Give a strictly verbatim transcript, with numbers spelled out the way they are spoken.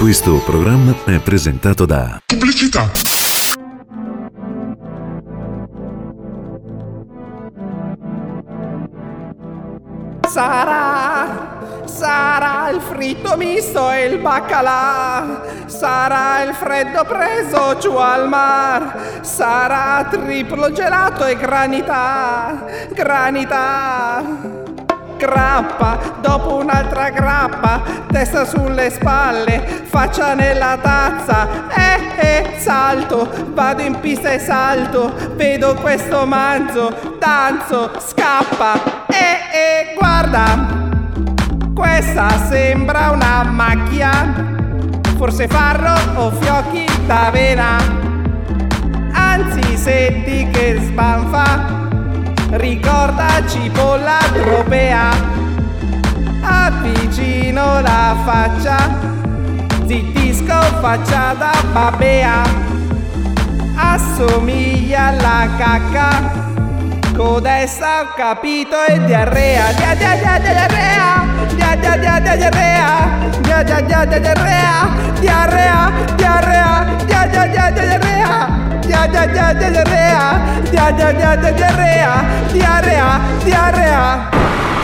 Questo programma è presentato da Pubblicità. Sarà, sarà il fritto misto e il baccalà, sarà il freddo preso giù al mar, sarà triplo gelato e granità, granità. Grappa, dopo un'altra grappa, testa sulle spalle, faccia nella tazza, eh eh, salto, vado in pista e salto, vedo questo manzo, danzo, scappa, eh eh, guarda, questa sembra una macchia, forse farro o fiocchi d'avena, anzi senti che sbanfa, ricorda cipolla tropea, avvicino la faccia, zittisco faccia da babea, assomiglia alla cacca, codesta ho capito e diarrea, dia dia dia diarrea, dia dia dia diarrea, dia dia dia diarrea, diarrea, diarrea, dia dia dia diarrea. Dia dia dia diarrea, dia dia dia diarrea, diarrea, diarrea.